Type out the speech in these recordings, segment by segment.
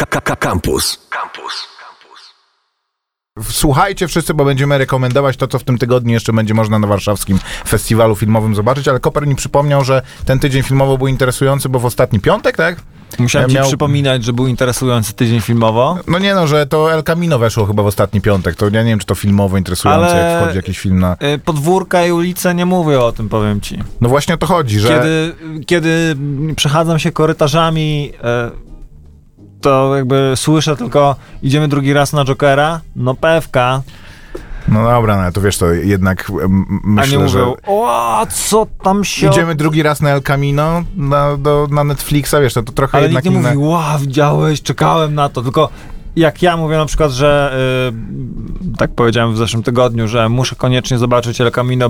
Campus. Słuchajcie wszyscy, bo będziemy rekomendować to, co w tym tygodniu jeszcze będzie można na warszawskim festiwalu filmowym zobaczyć, ale Koper mi przypomniał, że ten tydzień filmowo był interesujący, bo w ostatni piątek, tak? Musiałem ci przypominać, że był interesujący tydzień filmowo. No nie no, że to El Camino weszło chyba w ostatni piątek, to ja nie wiem, czy to filmowo interesujące, ale jak wchodzi jakiś film na... Podwórka i ulice nie mówią o tym, powiem ci. No właśnie o to chodzi, że... Kiedy przechadzam się korytarzami... to jakby słyszę tylko idziemy drugi raz na Jokera, no pewka. No dobra, no to wiesz, to jednak myślę, a nie mówią, że... o, co tam się... Idziemy drugi raz na El Camino, na Netflixa, wiesz, to trochę ale jednak nikt nie mówi, widziałeś, czekałem na to, tylko jak ja mówię na przykład, że tak powiedziałem w zeszłym tygodniu, że muszę koniecznie zobaczyć El Camino,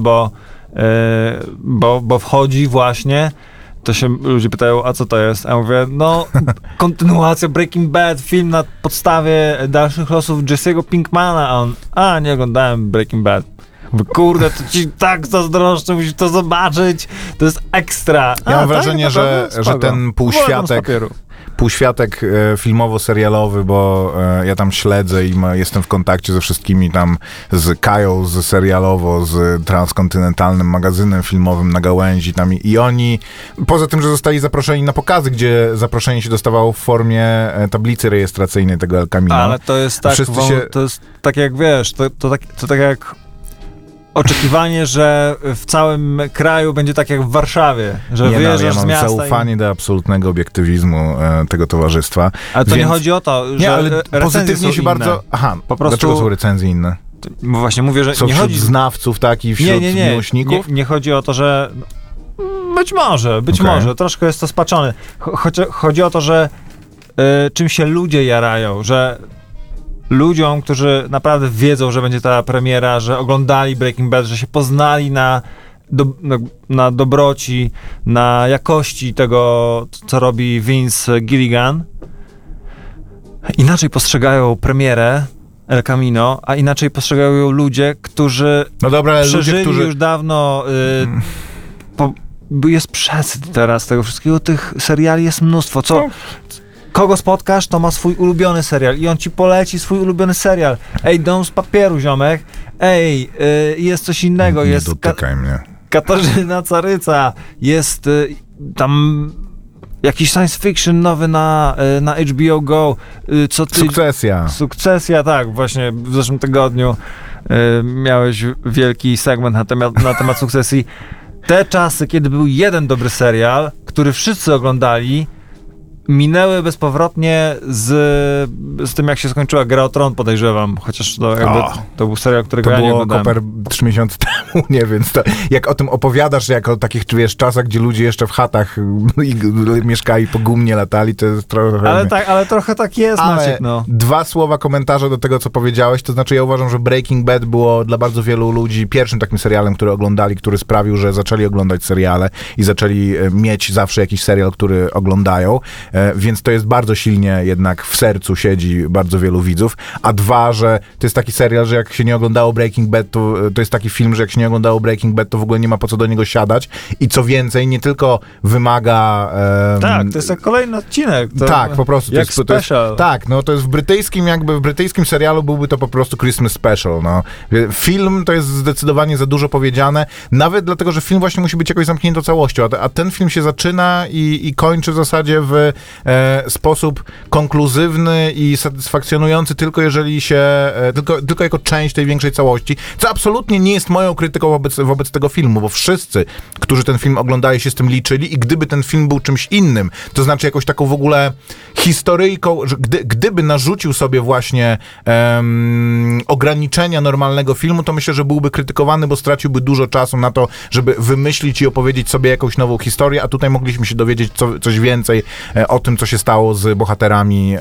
bo wchodzi właśnie, to się ludzie pytają, a co to jest? A ja mówię, no, kontynuacja Breaking Bad, film na podstawie dalszych losów Jesse'ego Pinkmana, a on, nie oglądałem Breaking Bad. Mówię, kurde, to ci tak zazdroszczę, musisz to zobaczyć, to jest ekstra. Ja mam wrażenie, że ten półświatek filmowo-serialowy, bo ja tam śledzę i jestem w kontakcie ze wszystkimi tam, z Kają, z serialowo, z transkontynentalnym magazynem filmowym na gałęzi tam i oni, poza tym, że zostali zaproszeni na pokazy, gdzie zaproszenie się dostawało w formie tablicy rejestracyjnej tego El Camino. Ale to jest tak, to jest tak jak wiesz, to tak jak oczekiwanie, że w całym kraju będzie tak jak w Warszawie, że wyjeżdżasz z miasta. Ja mam zaufanie do absolutnego obiektywizmu tego towarzystwa. Ale to nie chodzi o to, że ale pozytywnie się inne. Bardzo... Aha, po prostu... Dlaczego są recenzje inne? Właśnie mówię, że są nie chodzi... znawców, tak, i wśród miłośników? Nie chodzi o to, że... Być może, troszkę jest to spaczone. Chodzi o to, że czym się ludzie jarają, że ludziom, którzy naprawdę wiedzą, że będzie ta premiera, że oglądali Breaking Bad, że się poznali na dobroci, na jakości tego, co robi Vince Gilligan, inaczej postrzegają premierę El Camino, a inaczej postrzegają ją ludzie, którzy przeżyli już dawno... jest przesyt teraz tego wszystkiego, tych seriali jest mnóstwo. Kogo spotkasz, to ma swój ulubiony serial i on ci poleci swój ulubiony serial. Ej, Dom z papieru, ziomek. Ej, jest coś innego. Nie dotykaj mnie. Katarzyna Caryca. Jest tam jakiś science fiction nowy na HBO Go. Sukcesja, tak. Właśnie w zeszłym tygodniu miałeś wielki segment na temat Sukcesji. Te czasy, kiedy był jeden dobry serial, który wszyscy oglądali, minęły bezpowrotnie z tym, jak się skończyła Gra o Tron, podejrzewam. Chociaż to był serial, którego ja nie oglądałem. To było Koper 3 miesiące temu, nie? Więc jak o tym opowiadasz, jak o takich, wiesz, czasach, gdzie ludzie jeszcze w chatach mieszkali, po gumnie latali, to jest trochę... Ale trochę tak jest, Maciek, no. 2 słowa komentarza do tego, co powiedziałeś. To znaczy, ja uważam, że Breaking Bad było dla bardzo wielu ludzi pierwszym takim serialem, który oglądali, który sprawił, że zaczęli oglądać seriale i zaczęli mieć zawsze jakiś serial, który oglądają. Więc to jest bardzo silnie jednak w sercu siedzi bardzo wielu widzów. A 2, że to jest taki serial, że jak się nie oglądało Breaking Bad, to jest taki film, że jak się nie oglądało Breaking Bad, to w ogóle nie ma po co do niego siadać. I co więcej, nie tylko wymaga... tak, to jest jak kolejny odcinek. Tak, po prostu. Jak special. Tak, no to jest w brytyjskim serialu byłby to po prostu Christmas special, no. Film to jest zdecydowanie za dużo powiedziane, nawet dlatego, że film właśnie musi być jakoś zamknięty całością, a ten film się zaczyna i kończy w zasadzie w sposób konkluzywny i satysfakcjonujący tylko jeżeli się, tylko jako część tej większej całości, co absolutnie nie jest moją krytyką wobec tego filmu, bo wszyscy, którzy ten film oglądali, się z tym liczyli i gdyby ten film był czymś innym, to znaczy jakąś taką w ogóle historyjką, że gdyby narzucił sobie właśnie ograniczenia normalnego filmu, to myślę, że byłby krytykowany, bo straciłby dużo czasu na to, żeby wymyślić i opowiedzieć sobie jakąś nową historię, a tutaj mogliśmy się dowiedzieć coś więcej o tym, co się stało z bohaterami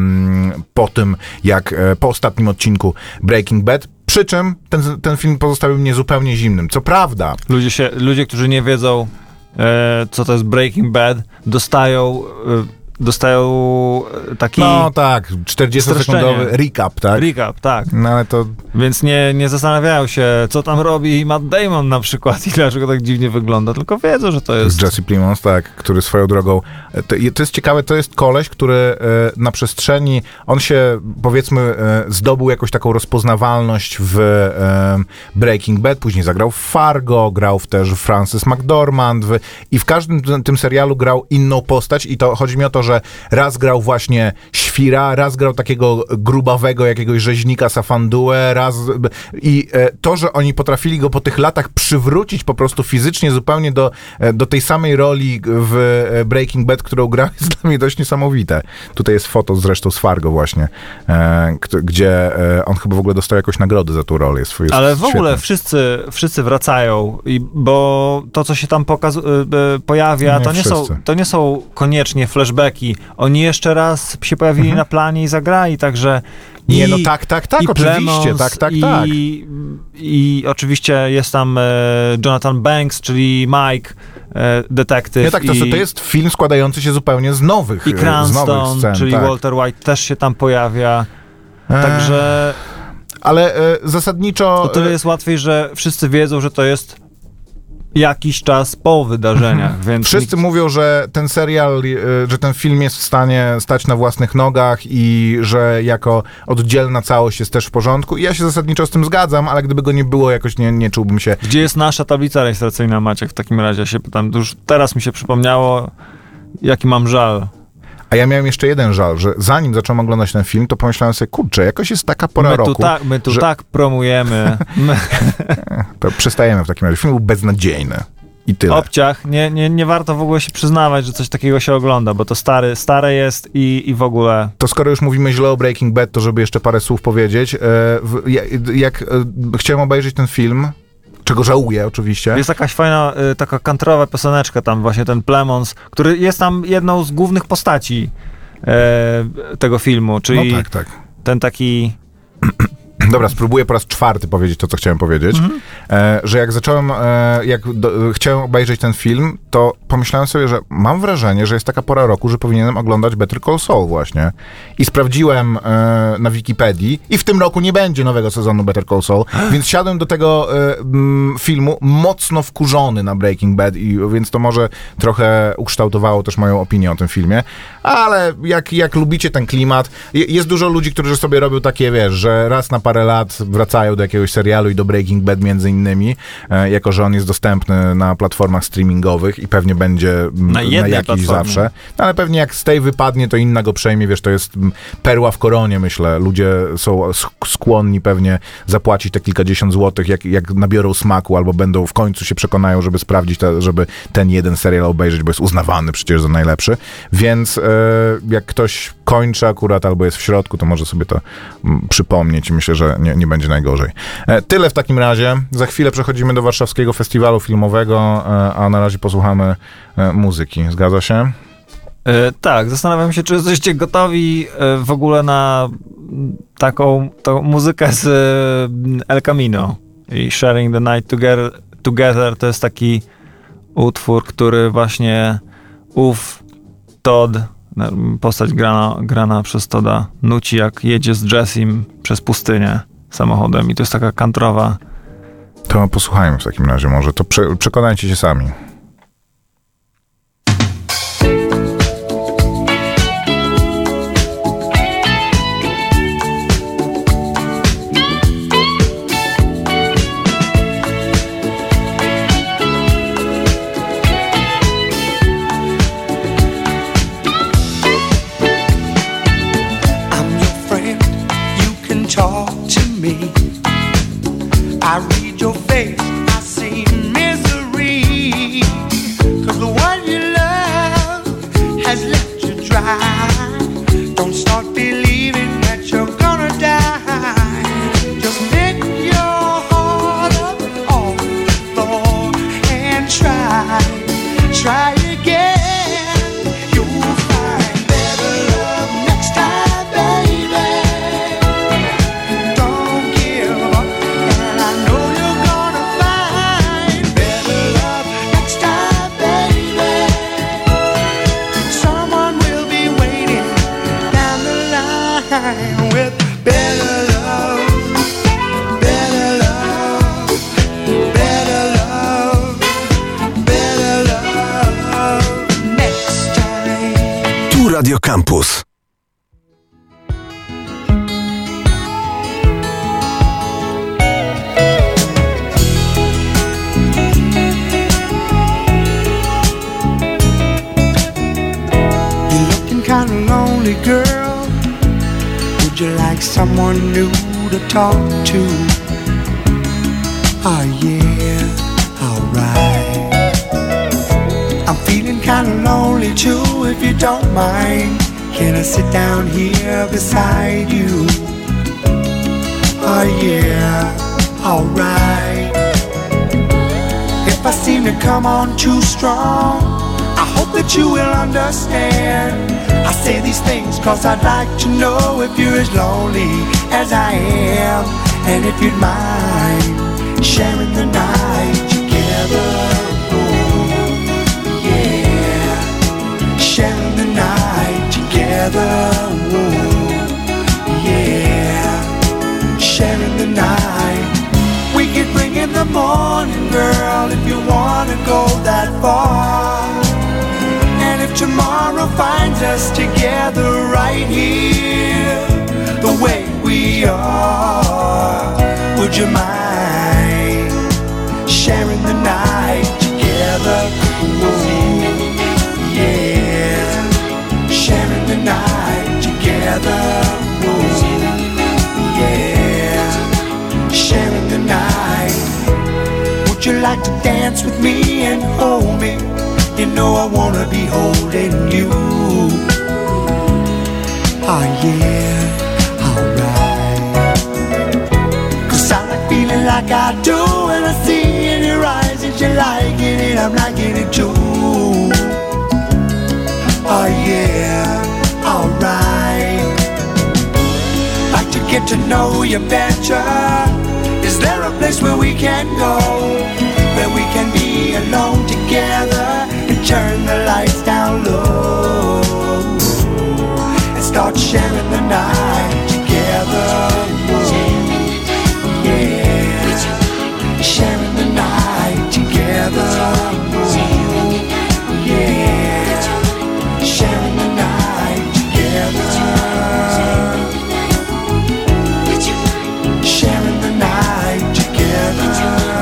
po ostatnim odcinku Breaking Bad. Przy czym ten film pozostawił mnie zupełnie zimnym. Co prawda... Ludzie, którzy nie wiedzą, co to jest Breaking Bad, dostają dostają taki... No tak, 40-sekundowy recap, tak? Recap, tak. No ale to... Więc nie zastanawiają się, co tam robi Matt Damon na przykład i dlaczego tak dziwnie wygląda, tylko wiedzą, że to jest... Jesse Plemons, tak, który swoją drogą... To jest ciekawe, to jest koleś, który na przestrzeni... On się, powiedzmy, zdobył jakąś taką rozpoznawalność w Breaking Bad, później zagrał w Fargo, grał też w Frances McDormand i w każdym tym serialu grał inną postać i to chodzi mi o to, że raz grał właśnie świra, raz grał takiego grubawego jakiegoś rzeźnika Safanduę, raz... I to, że oni potrafili go po tych latach przywrócić po prostu fizycznie zupełnie do tej samej roli w Breaking Bad, którą grał, jest dla mnie dość niesamowite. Tutaj jest foto zresztą z Fargo właśnie, gdzie on chyba w ogóle dostał jakąś nagrodę za tą rolę. Jest ale w ogóle wszyscy wracają, bo to, co się tam pojawia, to nie są koniecznie flashbacki. Oni jeszcze raz się pojawili na planie i zagrali, także... tak, oczywiście, Plemons, tak. I oczywiście jest tam Jonathan Banks, czyli Mike, detektyw. Nie, tak, to jest film składający się zupełnie z nowych scen. I Cranston, czyli tak. Walter White też się tam pojawia. Także... Ale zasadniczo... O tyle jest łatwiej, że wszyscy wiedzą, że to jest jakiś czas po wydarzeniach, więc... Wszyscy mówią, że ten serial, że ten film jest w stanie stać na własnych nogach i że jako oddzielna całość jest też w porządku. I ja się zasadniczo z tym zgadzam, ale gdyby go nie było, jakoś nie czułbym się... Gdzie jest nasza tablica rejestracyjna, Maciek? W takim razie się pytam. Już teraz mi się przypomniało, jaki mam żal. A ja miałem jeszcze jeden żal, że zanim zacząłem oglądać ten film, to pomyślałem sobie, kurczę, jakoś jest taka pora roku. My tu tak promujemy. To przestajemy w takim razie. Film był beznadziejny. I tyle. Obciach. Nie warto w ogóle się przyznawać, że coś takiego się ogląda, bo to stare jest i w ogóle... To skoro już mówimy źle o Breaking Bad, to żeby jeszcze parę słów powiedzieć. Jak chciałem obejrzeć ten film, czego żałuję oczywiście. Jest jakaś fajna, taka kantrowa pioseneczka tam, właśnie ten Plemons, który jest tam jedną z głównych postaci tego filmu, czyli tak. ten taki... Dobra, spróbuję po raz czwarty powiedzieć to, co chciałem powiedzieć. Że jak zacząłem, chciałem obejrzeć ten film, to pomyślałem sobie, że mam wrażenie, że jest taka pora roku, że powinienem oglądać Better Call Saul właśnie. I sprawdziłem na Wikipedii i w tym roku nie będzie nowego sezonu Better Call Saul, więc siadłem do tego filmu mocno wkurzony na Breaking Bad, więc to może trochę ukształtowało też moją opinię o tym filmie. Ale jak lubicie ten klimat, jest dużo ludzi, którzy sobie robią takie, wiesz, że raz na parę lat wracają do jakiegoś serialu i do Breaking Bad między innymi, jako że on jest dostępny na platformach streamingowych i pewnie będzie na jakiejś zawsze. No, ale pewnie jak z tej wypadnie, to inna go przejmie, wiesz, to jest perła w koronie, myślę. Ludzie są skłonni pewnie zapłacić te kilkadziesiąt złotych, jak nabiorą smaku, albo będą w końcu się przekonają, żeby sprawdzić, żeby ten jeden serial obejrzeć, bo jest uznawany przecież za najlepszy. Więc jak ktoś kończy akurat, albo jest w środku, to może sobie to przypomnieć i myślę, że nie będzie najgorzej. Tyle w takim razie. Za chwilę przechodzimy do Warszawskiego Festiwalu Filmowego, a na razie posłuchamy muzyki. Zgadza się? Tak, zastanawiam się, czy jesteście gotowi w ogóle na taką muzykę z El Camino. I Sharing the Night Together to jest taki utwór, który właśnie Todd, postać grana przez Todda, nuci, jak jedzie z Jessim przez pustynię samochodem i to jest taka kantrowa. To posłuchajmy w takim razie może, to przekonajcie się sami. I read your face, I see misery, 'cause the one you love has left you dry. Don't start believing that you're gonna die. Just pick your heart up off the floor and try again. You'll find better love next time, baby. Don't give up, and I know you're gonna find better love next time, baby. Someone will be kind with better love, better love, better love, better love next time. Tu Radio Campus. Kinda lonely girl, would you like someone new to talk to? Oh yeah, alright. I'm feeling kinda lonely too, if you don't mind. Can I sit down here beside you? Oh yeah, alright. If I seem to come on too strong, I hope that you will understand. I say these things cause I'd like to know if you're as lonely as I am, and if you'd mind sharing the night together. Oh, yeah, sharing the night together. Oh, yeah, sharing the night. We could bring in the morning, girl, if you wanna go that far. And if tomorrow finds us together right here, the way we are, would you mind sharing the night together? Ooh, yeah, sharing the night together. Ooh, yeah, sharing the night. Would you like to dance with me and hold me? You know I wanna be holding you. Oh yeah, alright. Cause I like feeling like I do, and I see in your eyes that you're liking it, I'm liking it too. Oh yeah, alright. Like to get to know you better. Is there a place where we can go, where we can be alone together and turn the lights down low and start sharing the night together? Yeah, sharing the night together. Yeah, sharing the night together. Sharing the night together.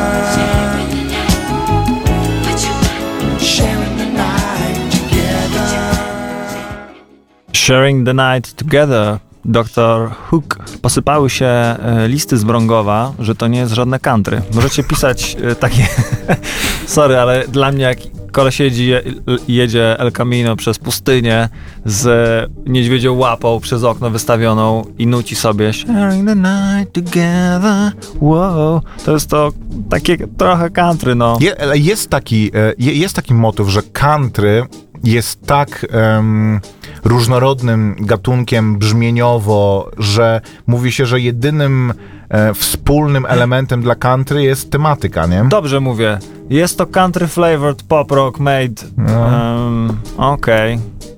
Sharing the Night Together, Dr. Hook. Posypały się listy z Brągowa, że to nie jest żadne country. Możecie pisać takie... Sorry, ale dla mnie jak koleś jedzie El Camino przez pustynię z niedźwiedzią łapą przez okno wystawioną i nuci sobie Sharing the Night Together, wow. To jest to takie trochę country, no. Jest taki motyw, że country jest tak różnorodnym gatunkiem brzmieniowo, że mówi się, że jedynym wspólnym elementem dla country jest tematyka, nie? Dobrze mówię. Jest to country flavored pop rock made. Okay.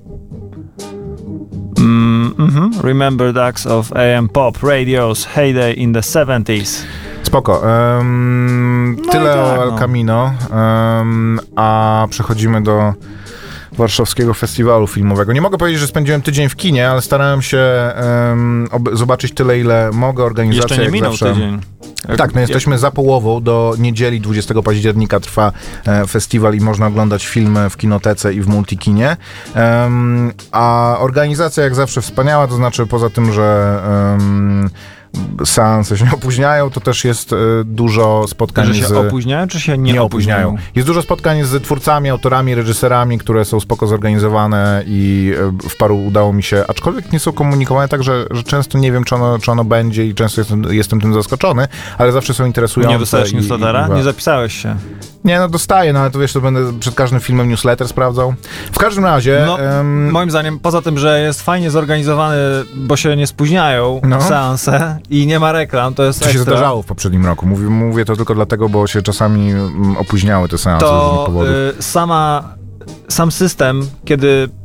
Remembered acts of AM pop radio's heyday in the 70s. Spoko. Tyle o El Camino, a przechodzimy do Warszawskiego Festiwalu Filmowego. Nie mogę powiedzieć, że spędziłem tydzień w kinie, ale starałem się zobaczyć tyle, ile mogę. Organizacja jeszcze nie minął zawsze. Tydzień. Tak, no jesteśmy za połową. Do niedzieli 20 października trwa festiwal i można oglądać filmy w kinotece i w multikinie. A organizacja jak zawsze wspaniała, to znaczy poza tym, że seanse się opóźniają, to też jest dużo spotkań Że się opóźniają, czy się nie opóźniają? Jest dużo spotkań z twórcami, autorami, reżyserami, które są spoko zorganizowane i w paru udało mi się, aczkolwiek nie są komunikowane tak, że często nie wiem, czy ono będzie i często jestem tym zaskoczony, ale zawsze są interesujące. Nie dostajesz newslettera? Nie zapisałeś się? Nie, no dostaję, no ale to wiesz, to będę przed każdym filmem newsletter sprawdzał. W każdym razie... No, moim zdaniem, poza tym, że jest fajnie zorganizowany, bo się nie spóźniają seanse i nie ma reklam, to jest ekstra. To się zdarzało w poprzednim roku. Mówię to tylko dlatego, bo się czasami opóźniały te seanse z różnych powodów. Sam system, kiedy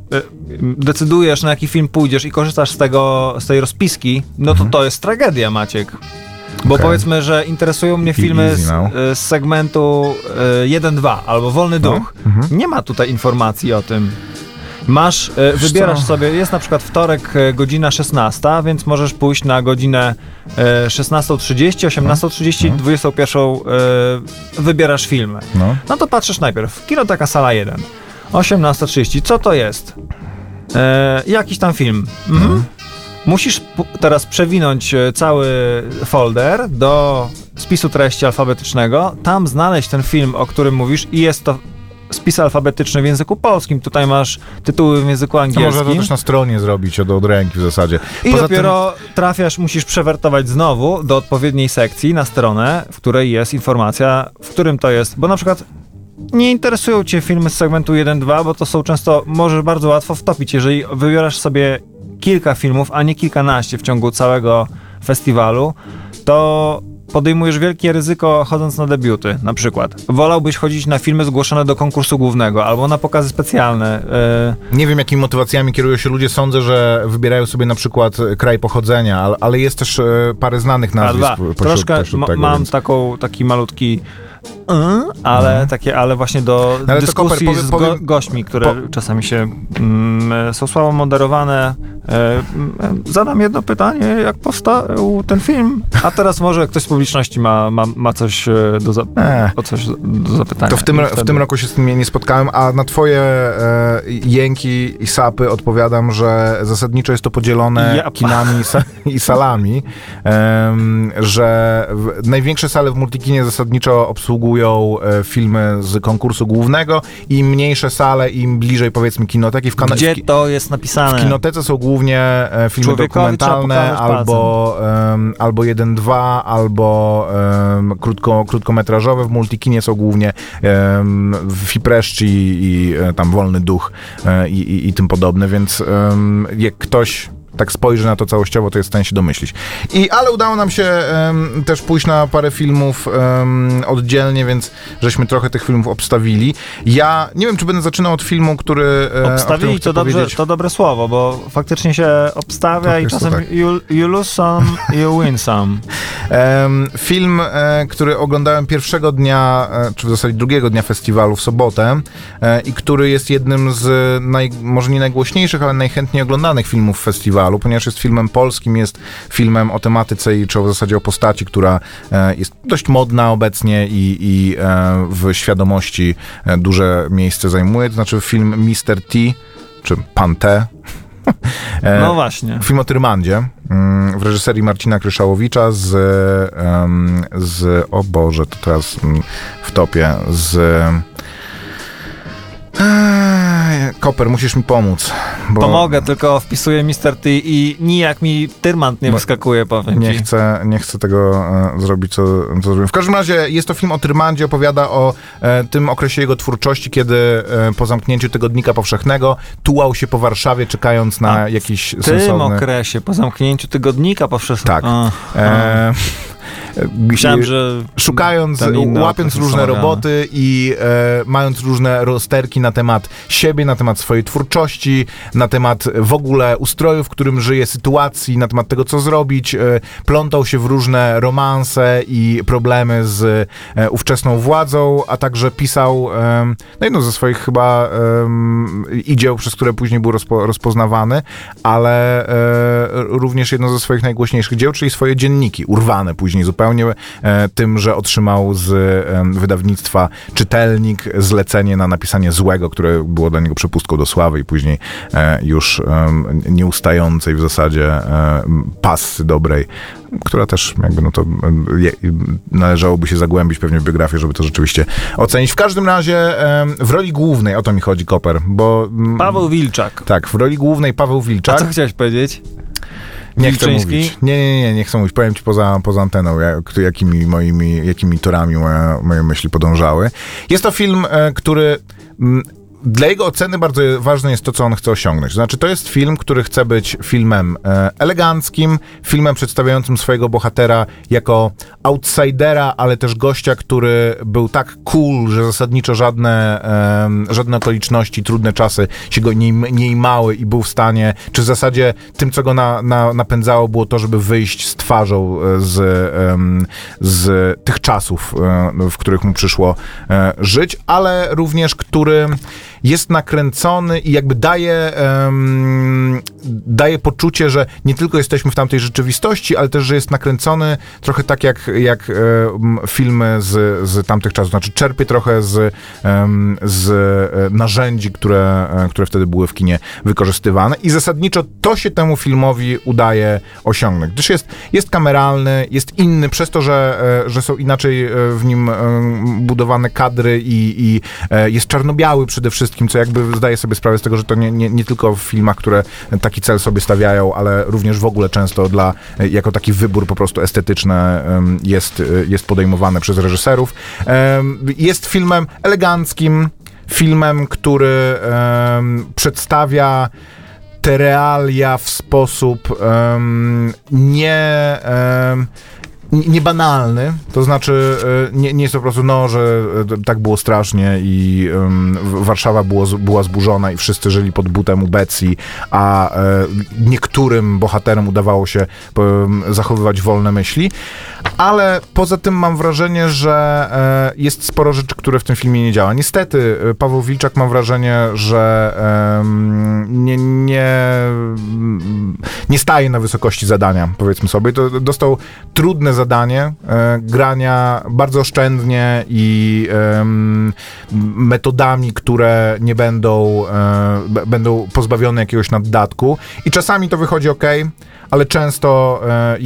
decydujesz, na jaki film pójdziesz i korzystasz z tej rozpiski, no to jest tragedia, Maciek. Bo powiedzmy, że interesują mnie filmy z segmentu 1-2 albo Wolny Duch. Nie ma tutaj informacji o tym. Wybierasz sobie, jest na przykład wtorek, godzina 16, więc możesz pójść na godzinę 16:30, 18:30, 21:00 wybierasz filmy. No to patrzysz najpierw, Kinoteka Sala 1, 18:30, co to jest? Jakiś tam film. Musisz teraz przewinąć cały folder do spisu treści alfabetycznego, tam znaleźć ten film, o którym mówisz i jest to spis alfabetyczny w języku polskim. Tutaj masz tytuły w języku angielskim. To można to też na stronie zrobić od ręki w zasadzie. I dopiero trafiasz, musisz przewertować znowu do odpowiedniej sekcji na stronę, w której jest informacja, w którym to jest. Bo na przykład nie interesują cię filmy z segmentu 1-2, bo to są często, możesz bardzo łatwo wtopić. Jeżeli wybierasz sobie kilka filmów, a nie kilkanaście w ciągu całego festiwalu, to podejmujesz wielkie ryzyko chodząc na debiuty, na przykład. Wolałbyś chodzić na filmy zgłoszone do konkursu głównego albo na pokazy specjalne. Nie wiem, jakimi motywacjami kierują się ludzie. Sądzę, że wybierają sobie na przykład kraj pochodzenia, ale jest też parę znanych nazwisk pośród tego. Mam więc... taki malutki ale właśnie do dyskusji z gośćmi, które czasami są słabo moderowane. Zadam jedno pytanie, jak powstał ten film? A teraz może ktoś z publiczności ma coś do zapytania. To w tym roku się z tym nie spotkałem, a na twoje jęki i sapy odpowiadam, że zasadniczo jest to podzielone kinami i salami, że największe sale w Multikinie zasadniczo obsługują filmy z konkursu głównego i mniejsze sale, im bliżej powiedzmy kinoteki. Gdzie to jest napisane? W kinotece są głównie filmy dokumentalne albo 1-2, albo krótkometrażowe. W Multikinie są głównie Fipreszci i tam Wolny Duch i tym podobne, więc jak ktoś tak spojrzy na to całościowo, to jest w stanie się domyślić. Ale udało nam się też pójść na parę filmów oddzielnie, więc żeśmy trochę tych filmów obstawili. Ja nie wiem, czy będę zaczynał od filmu, który... Obstawili, to dobre słowo, bo faktycznie się obstawia i czasem tak. you lose some, you win some. Film, który oglądałem pierwszego dnia, czy w zasadzie drugiego dnia festiwalu w sobotę i który jest jednym z może nie najgłośniejszych, ale najchętniej oglądanych filmów festiwalu, ponieważ jest filmem polskim, jest filmem o tematyce czy w zasadzie o postaci, która jest dość modna obecnie i w świadomości duże miejsce zajmuje. To znaczy film Mr. T, czy Pan T. No właśnie. Film o Tyrmandzie w reżyserii Marcina Kryszałowicza o Boże, to teraz wtopię, Koper, musisz mi pomóc. Pomogę, tylko wpisuję Mr. T i nijak mi Tyrmand nie wyskakuje, powiem ci. Nie chcę tego zrobić, co zrobiłem. W każdym razie jest to film o Tyrmandzie, opowiada o tym okresie jego twórczości, kiedy po zamknięciu Tygodnika Powszechnego tułał się po Warszawie, czekając na jakiś sensowny... W tym okresie, po zamknięciu Tygodnika Powszechnego. Tak. Myślałem, że łapiąc różne roboty i mając różne rozterki na temat siebie, na temat swojej twórczości, na temat w ogóle ustroju, w którym żyje, sytuacji, na temat tego, co zrobić, plątał się w różne romanse i problemy z ówczesną władzą, a także pisał jedno ze swoich chyba dzieł, przez które później był rozpoznawany, ale również jedno ze swoich najgłośniejszych dzieł, czyli swoje dzienniki, urwane później zupełnie tym, że otrzymał z wydawnictwa Czytelnik zlecenie na napisanie złego, które było dla niego przepustką do sławy i później już nieustającej w zasadzie passy dobrej, która też jakby należałoby się zagłębić pewnie w biografię, żeby to rzeczywiście ocenić. W każdym razie w roli głównej, o to mi chodzi, Koper, bo... Paweł Wilczak. Tak, w roli głównej Paweł Wilczak. A co chciałeś powiedzieć? Nie chcę mówić. Nie chcę mówić. Powiem ci poza anteną, jakimi torami moje myśli podążały. Jest to film, który dla jego oceny bardzo ważne jest to, co on chce osiągnąć. Znaczy, to jest film, który chce być filmem eleganckim, filmem przedstawiającym swojego bohatera jako outsidera, ale też gościa, który był tak cool, że zasadniczo żadne okoliczności, trudne czasy się go nie imały i był w stanie, czy w zasadzie tym, co go napędzało, było to, żeby wyjść z twarzą z tych czasów, w których mu przyszło żyć, ale również który jest nakręcony i jakby daje poczucie, że nie tylko jesteśmy w tamtej rzeczywistości, ale też, że jest nakręcony trochę tak jak filmy z tamtych czasów. Znaczy czerpie trochę z narzędzi, które wtedy były w kinie wykorzystywane i zasadniczo to się temu filmowi udaje osiągnąć. Gdyż jest kameralny, jest inny przez to, że są inaczej w nim budowane kadry i jest czarno-biały przede wszystkim, co jakby zdaje sobie sprawę z tego, że to nie tylko w filmach, które taki cel sobie stawiają, ale również w ogóle często jako taki wybór po prostu estetyczny jest podejmowany przez reżyserów. Jest filmem eleganckim, filmem, który przedstawia te realia w sposób niebanalny, to znaczy nie jest to po prostu, że tak było strasznie i Warszawa była zburzona i wszyscy żyli pod butem ubecji, a niektórym bohaterom udawało się zachowywać wolne myśli, ale poza tym mam wrażenie, że jest sporo rzeczy, które w tym filmie nie działa. Niestety Paweł Wilczak, mam wrażenie, że nie staje na wysokości zadania, powiedzmy sobie. To dostał trudne zadanie grania bardzo oszczędnie i metodami, które nie będą pozbawione jakiegoś naddatku. I czasami to wychodzi okej, ale często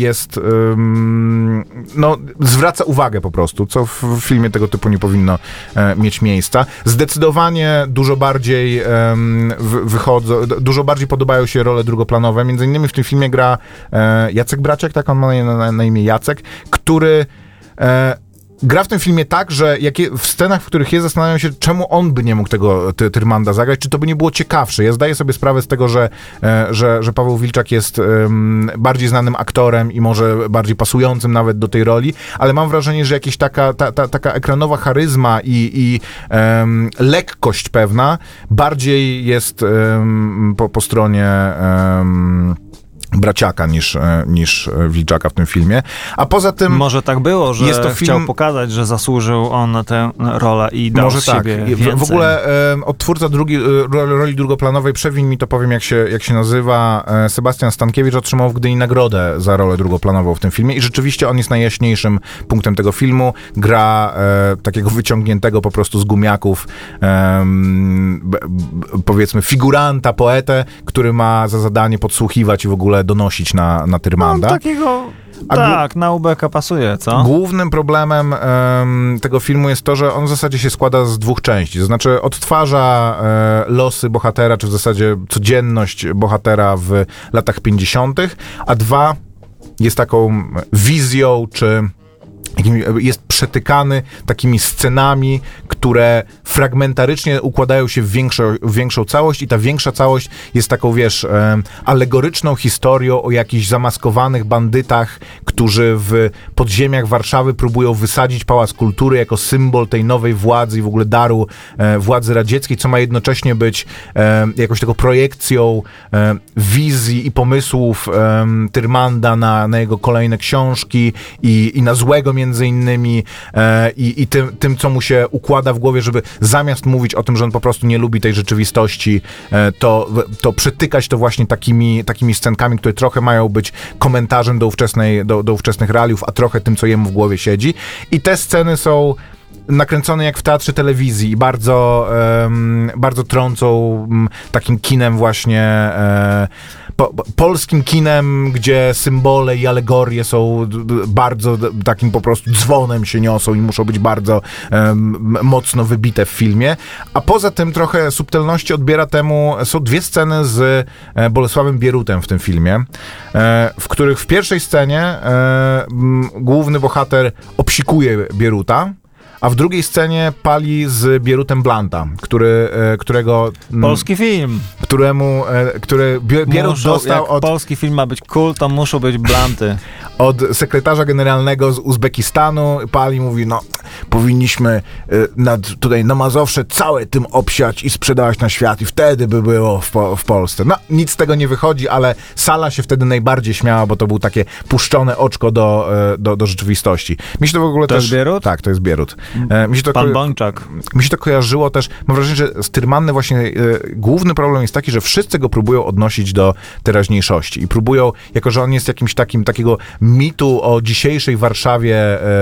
zwraca uwagę po prostu, co w filmie tego typu nie powinno mieć miejsca. Zdecydowanie dużo bardziej podobają się role drugoplanowe. Między innymi w tym filmie gra Jacek Braciak, tak on ma na imię Jacek, który gra w tym filmie tak, że w scenach, w których jest, zastanawiam się, czemu on by nie mógł tego Tyrmanda zagrać, czy to by nie było ciekawsze. Ja zdaję sobie sprawę z tego, że Paweł Wilczak jest bardziej znanym aktorem i może bardziej pasującym nawet do tej roli, ale mam wrażenie, że jakaś taka ekranowa charyzma i lekkość pewna bardziej jest po stronie Braciaka niż Wilczaka w tym filmie. A poza tym... Może tak było, że jest to film... chciał pokazać, że zasłużył on na tę rolę i dał z siebie więcej. W ogóle odtwórca roli drugoplanowej, przewiń mi to, powiem jak się nazywa, Sebastian Stankiewicz otrzymał w Gdyni nagrodę za rolę drugoplanową w tym filmie i rzeczywiście on jest najjaśniejszym punktem tego filmu. Gra takiego wyciągniętego po prostu z gumiaków, powiedzmy figuranta, poetę, który ma za zadanie podsłuchiwać i w ogóle donosić na Tyrmanda. Takiego... na Ubeka pasuje, co? Głównym problemem tego filmu jest to, że on w zasadzie się składa z dwóch części. To znaczy odtwarza losy bohatera, czy w zasadzie codzienność bohatera w latach 50., a dwa jest taką wizją, czy jest przetykany takimi scenami, które fragmentarycznie układają się w większą całość i ta większa całość jest taką, alegoryczną historią o jakichś zamaskowanych bandytach, którzy w podziemiach Warszawy próbują wysadzić Pałac Kultury jako symbol tej nowej władzy i w ogóle daru władzy radzieckiej, co ma jednocześnie być jakąś taką projekcją wizji i pomysłów Tyrmanda na jego kolejne książki i na Złego między innymi i tym, co mu się układa w głowie, żeby zamiast mówić o tym, że on po prostu nie lubi tej rzeczywistości, to przetykać to właśnie takimi scenkami, które trochę mają być komentarzem do ówczesnych realiów, a trochę tym, co jemu w głowie siedzi. I te sceny są nakręcone jak w teatrze telewizji i bardzo trącą takim kinem właśnie polskim kinem, gdzie symbole i alegorie są bardzo takim po prostu dzwonem się niosą i muszą być bardzo mocno wybite w filmie. A poza tym trochę subtelności odbiera temu, są dwie sceny z Bolesławem Bierutem w tym filmie, w których w pierwszej scenie główny bohater obsikuje Bieruta, a w drugiej scenie pali z Bierutem Blanta, którego... Polski film. Który Bierut dostał jak od... polski film ma być cool, to muszą być Blanty. Od sekretarza generalnego z Uzbekistanu. Pali mówi, no, powinniśmy tutaj na Mazowsze całe tym obsiać i sprzedawać na świat i wtedy by było w Polsce. No, nic z tego nie wychodzi, ale sala się wtedy najbardziej śmiała, bo to był takie puszczone oczko do rzeczywistości. Mi się to w ogóle to też... jest Bierut? Tak, to jest Bierut. Pan Bończak. Mi się to kojarzyło też, mam wrażenie, że Styrmanny właśnie główny problem jest taki, że wszyscy go próbują odnosić do teraźniejszości i próbują, jako że on jest jakimś takiego mitu o dzisiejszej Warszawie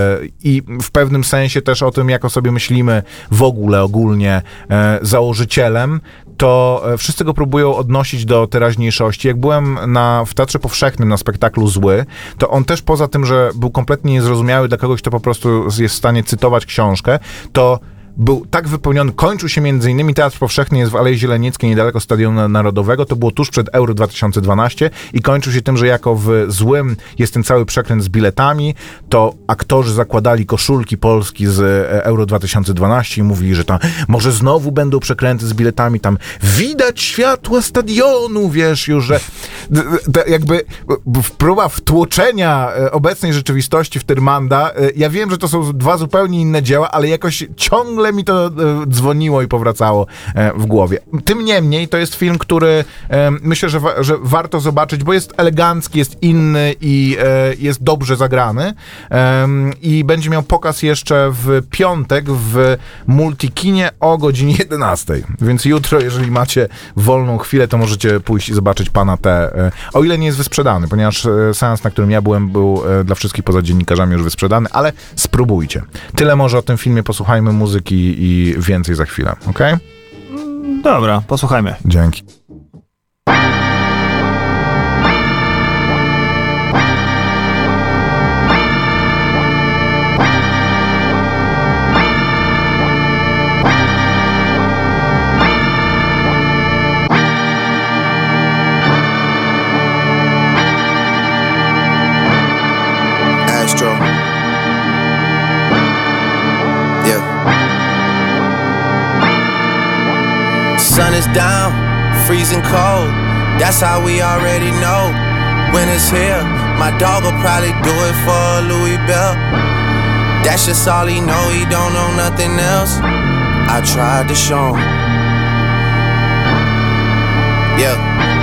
i w pewnym sensie też o tym, jak o sobie myślimy w ogóle, ogólnie założycielem, to wszyscy go próbują odnosić do teraźniejszości. Jak byłem w Teatrze Powszechnym na spektaklu Zły, to on też poza tym, że był kompletnie niezrozumiały dla kogoś, kto po prostu jest w stanie cytować książkę, to był tak wypełniony, kończył się między innymi Teatr Powszechny jest w Alei Zielenieckiej, niedaleko Stadionu Narodowego, to było tuż przed Euro 2012 i kończył się tym, że jako w Złym jest ten cały przekręt z biletami, to aktorzy zakładali koszulki Polski z Euro 2012 i mówili, że tam może znowu będą przekręty z biletami, tam widać światła stadionu, wiesz już, że jakby próba wtłoczenia obecnej rzeczywistości w Tyrmanda, ja wiem, że to są dwa zupełnie inne dzieła, ale jakoś ciągle mi to dzwoniło i powracało w głowie. Tym niemniej to jest film, który myślę, że warto zobaczyć, bo jest elegancki, jest inny i jest dobrze zagrany i będzie miał pokaz jeszcze w piątek w Multikinie o godzinie 11. Więc jutro, jeżeli macie wolną chwilę, to możecie pójść i zobaczyć Pana T. O ile nie jest wysprzedany, ponieważ seans, na którym ja byłem, był dla wszystkich poza dziennikarzami już wysprzedany, ale spróbujcie. Tyle może o tym filmie, posłuchajmy muzyki i więcej za chwilę, okej? Dobra, posłuchajmy. Dzięki. Sun is down, freezing cold. That's how we already know. Winter's here. My dog will probably do it for Louis Bell. That's just all he know. He don't know nothing else. I tried to show him. Yeah.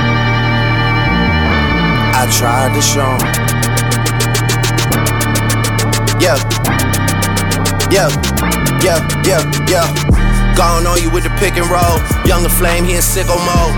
I tried to show him. Yeah. Yeah. Yeah. Yeah. Yeah. Gone on you with the pick and roll. Younger flame, he in sicko mode.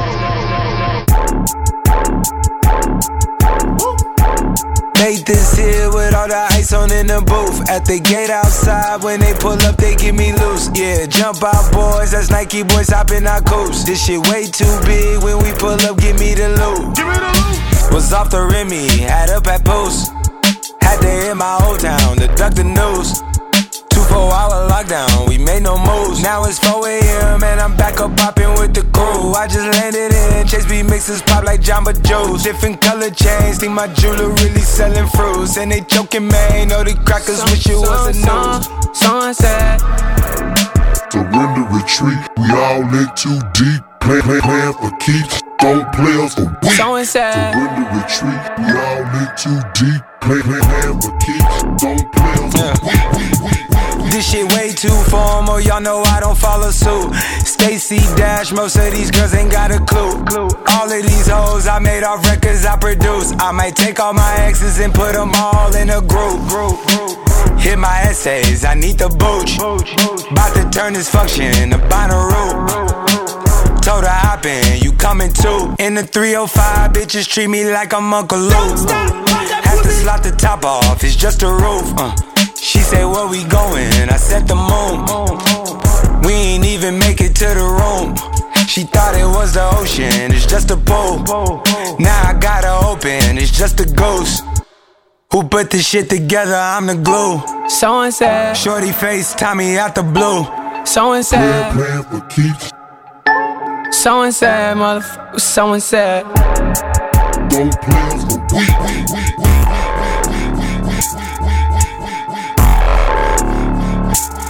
Made this here with all the ice on in the booth. At the gate outside, when they pull up, they give me loose. Yeah, jump out boys, that's Nike boys hopping our coast. This shit way too big, when we pull up, give me the loot. Was off the Remy, had up at post. Had to hit my old town to duck the news. 2-4-hour lockdown, we made no moves. Now it's 4 a.m. and I'm back up popping with the crew. I just landed in, Chase B mixes pop like Jamba Juice. Different color chains, think my jeweler really selling fruits. And they joking, man, know the crackers wish it was a news. Sunset. Surrender, retreat, we all in too deep. Plan for keeps, don't play us for weeks. Surrender, retreat, we all in too deep. Plan for keeps, don't play us for weeks. This shit way too formal, y'all know I don't follow suit. Stacy Dash, most of these girls ain't got a clue. All of these hoes I made off records I produce. I might take all my exes and put them all in a group. Hit my essays, I need the booch. About to turn this function into Bonnaroo. Told her hop in, you coming too. In the 305, bitches treat me like I'm Uncle Luke. Have to slot the top off, it's just a roof. She said, where we going? I said the moon. We ain't even make it to the room. She thought it was the ocean, it's just a pool. Now I gotta open, it's just a ghost. Who put this shit together? I'm the glue. So and said, shorty face, Tommy out the blue. So and said, Plan for keeps, so and said, motherfucker, so and said. don't play us for weeks.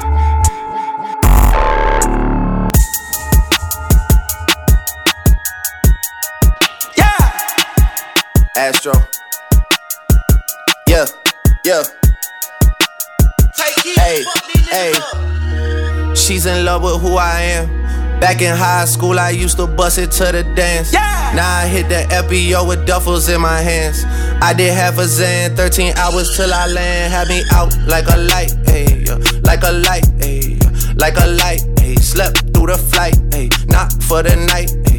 Astro. Yeah, yeah. Hey, hey. She's in love with who I am. Back in high school, I used to bust it to the dance. Yeah. Now I hit the FBO with duffels in my hands. I did half a Zan, 13 hours till I land. Had me out like a light, ayy, like a light, ayy, like a light, ayy. Slept through the flight, ayy, not for the night, ayy.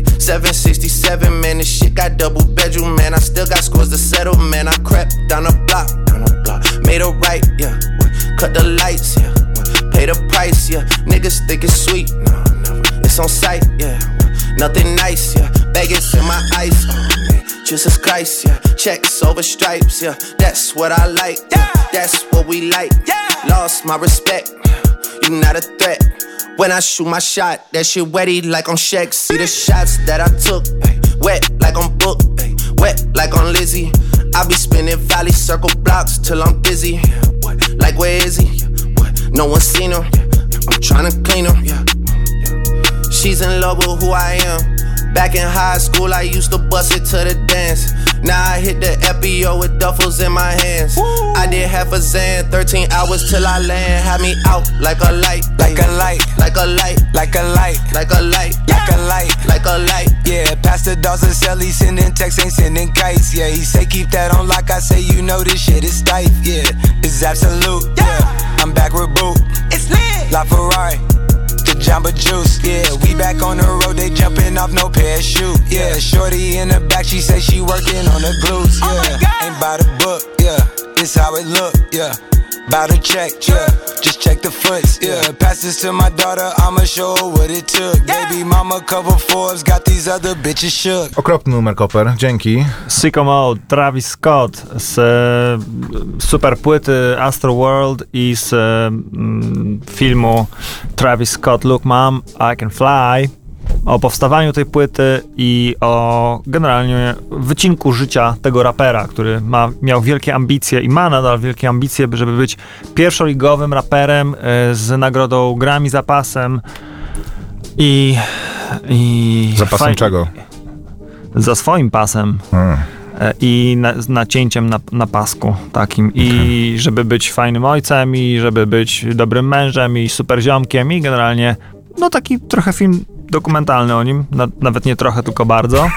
767, man, this shit got double bedroom, man. I still got scores to settle, man. I crept down the block, made a right, yeah. Cut the lights, yeah. Pay the price, yeah. Niggas think it's sweet, no, never. It's on sight, yeah. Nothing nice, yeah. Vegas in my ice, oh man. Jesus Christ, yeah. Checks over stripes, yeah. That's what I like, yeah. That's what we like, yeah. Lost my respect, you not a threat. When I shoot my shot, that shit wetty like on Shaq. See the shots that I took, ay, wet like on Book, ay, wet like on Lizzie. I be spinning valley circle blocks till I'm busy. What? Like where is he? What? No one seen him. I'm tryna clean him. Yeah. She's in love with who I am. Back in high school, I used to bust it to the dance. Now I hit the FBO with duffels in my hands. Woo. I did half a Zan, 13 hours till I land. Had me out like a light, like a light, like a light, like a light, like a light, like a light, like a light. Yeah, Pastor Dawson sell, he sending texts, ain't sending kites. Yeah, he say keep that on lock. I say you know this shit is tight. Yeah, it's absolute. Yeah, I'm back with Boo. It's lit. La Ferrari. Jamba Juice, yeah, we back on the road, they jumping off no parachute, yeah, shorty in the back, she say she working on the glutes, yeah, ain't by the book, yeah, this how it look, yeah, bout to check, yeah, just check the foots, yeah, pass this to my daughter, I'ma show her what it took, baby mama cover Forbes, got these other bitches shook. Okropny numer, Koper, dzięki. Sicko Mode, Travis Scott z super płyty Astro World i z filmu Travis Scott Look Mom, I Can Fly, o powstawaniu tej płyty i o generalnie wycinku życia tego rapera, który miał wielkie ambicje i ma nadal wielkie ambicje, żeby być pierwszoligowym raperem z nagrodą Grammy za pasem i za pasem czego? Za swoim pasem. I nacięciem na pasku takim. I żeby być fajnym ojcem, i żeby być dobrym mężem, i super ziomkiem, i generalnie no taki trochę film dokumentalny o nim. Nawet nie trochę, tylko bardzo.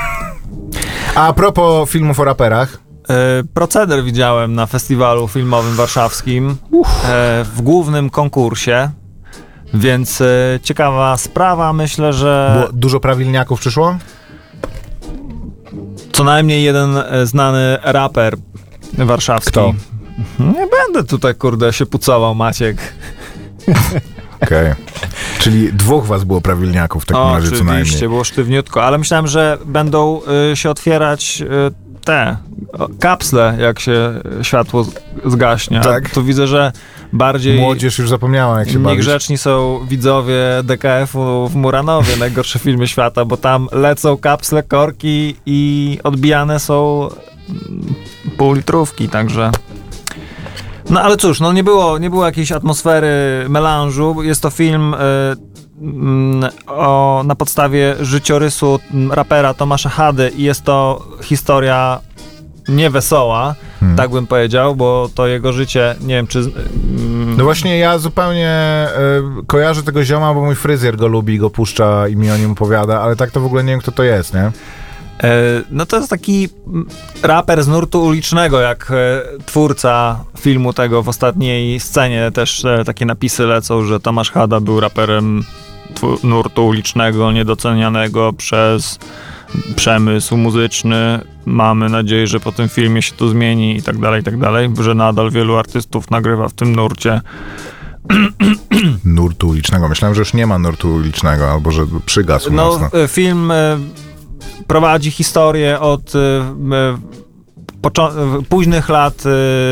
A propos filmów o raperach. Proceder widziałem na festiwalu filmowym warszawskim w głównym konkursie. Więc ciekawa sprawa, myślę, że... Było dużo prawilniaków przyszło? Co najmniej jeden znany raper warszawski. Kto? Nie będę tutaj, kurde, się pucował, Maciek. Okej. Czyli dwóch was było prawilniaków w takim razie co najmniej. Oczywiście, było sztywniutko, ale myślałem, że będą się otwierać te kapsle, jak się światło zgaśnie. Tak? A tu widzę, że bardziej... Młodzież już zapomniała, jak się bawić. Niegrzeczni są widzowie DKF-u w Muranowie, najgorsze filmy świata, bo tam lecą kapsle, korki i odbijane są półlitrówki, także... No ale cóż, no nie było jakiejś atmosfery melanżu. Jest to film na podstawie życiorysu rapera Tomasza Hady i jest to historia niewesoła, tak bym powiedział, bo to jego życie, nie wiem czy... No właśnie ja zupełnie kojarzę tego zioma, bo mój fryzjer go lubi, go puszcza i mi o nim opowiada, ale tak to w ogóle nie wiem, kto to jest, nie? No to jest taki raper z nurtu ulicznego, jak twórca filmu tego w ostatniej scenie też takie napisy lecą, że Tomasz Hada był raperem nurtu ulicznego, niedocenianego przez przemysł muzyczny. Mamy nadzieję, że po tym filmie się to zmieni i tak dalej, że nadal wielu artystów nagrywa w tym nurcie. Nurtu ulicznego. Myślałem, że już nie ma nurtu ulicznego, albo że przygasł mocno. Film prowadzi historię od późnych lat,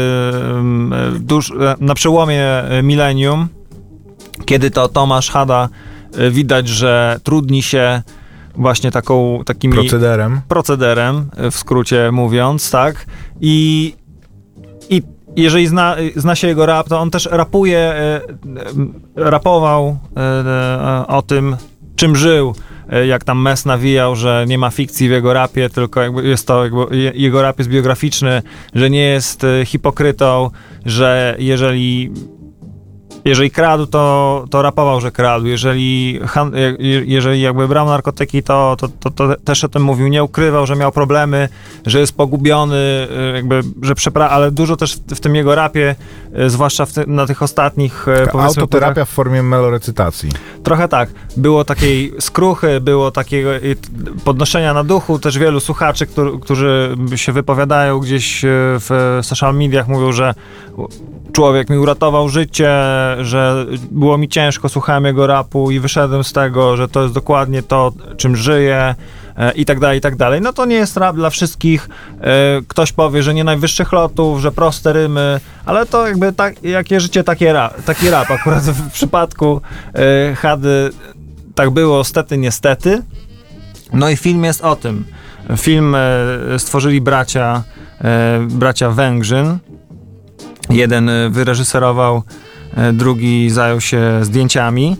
na przełomie milenium, kiedy to Tomasz Hada widać, że trudni się właśnie takim procederem, w skrócie mówiąc, tak? I jeżeli zna się jego rap, to on też rapował o tym, czym żył, jak tam Mes nawijał, że nie ma fikcji w jego rapie, tylko jakby jest to, jego rap jest biograficzny, że nie jest hipokrytą, że jeżeli kradł, to rapował, że kradł. Jeżeli jakby brał narkotyki, to też o tym mówił. Nie ukrywał, że miał problemy, że jest pogubiony, jakby, że ale dużo też w tym jego rapie, zwłaszcza na tych ostatnich, powiedzmy... Autoterapia w formie melorecytacji. Trochę tak. Było takiej skruchy, było takiego podnoszenia na duchu. Też wielu słuchaczy, którzy się wypowiadają gdzieś w social mediach, mówią, że człowiek mi uratował życie, że było mi ciężko, słuchałem jego rapu i wyszedłem z tego, że to jest dokładnie to, czym żyję i tak dalej, i tak dalej. No to nie jest rap dla wszystkich. Ktoś powie, że nie najwyższych lotów, że proste rymy, ale to jakby jakie życie, taki rap. Akurat w przypadku Hady tak było, stety, niestety. No i film jest o tym. Film stworzyli bracia Węgrzyn. Jeden wyreżyserował, drugi zajął się zdjęciami.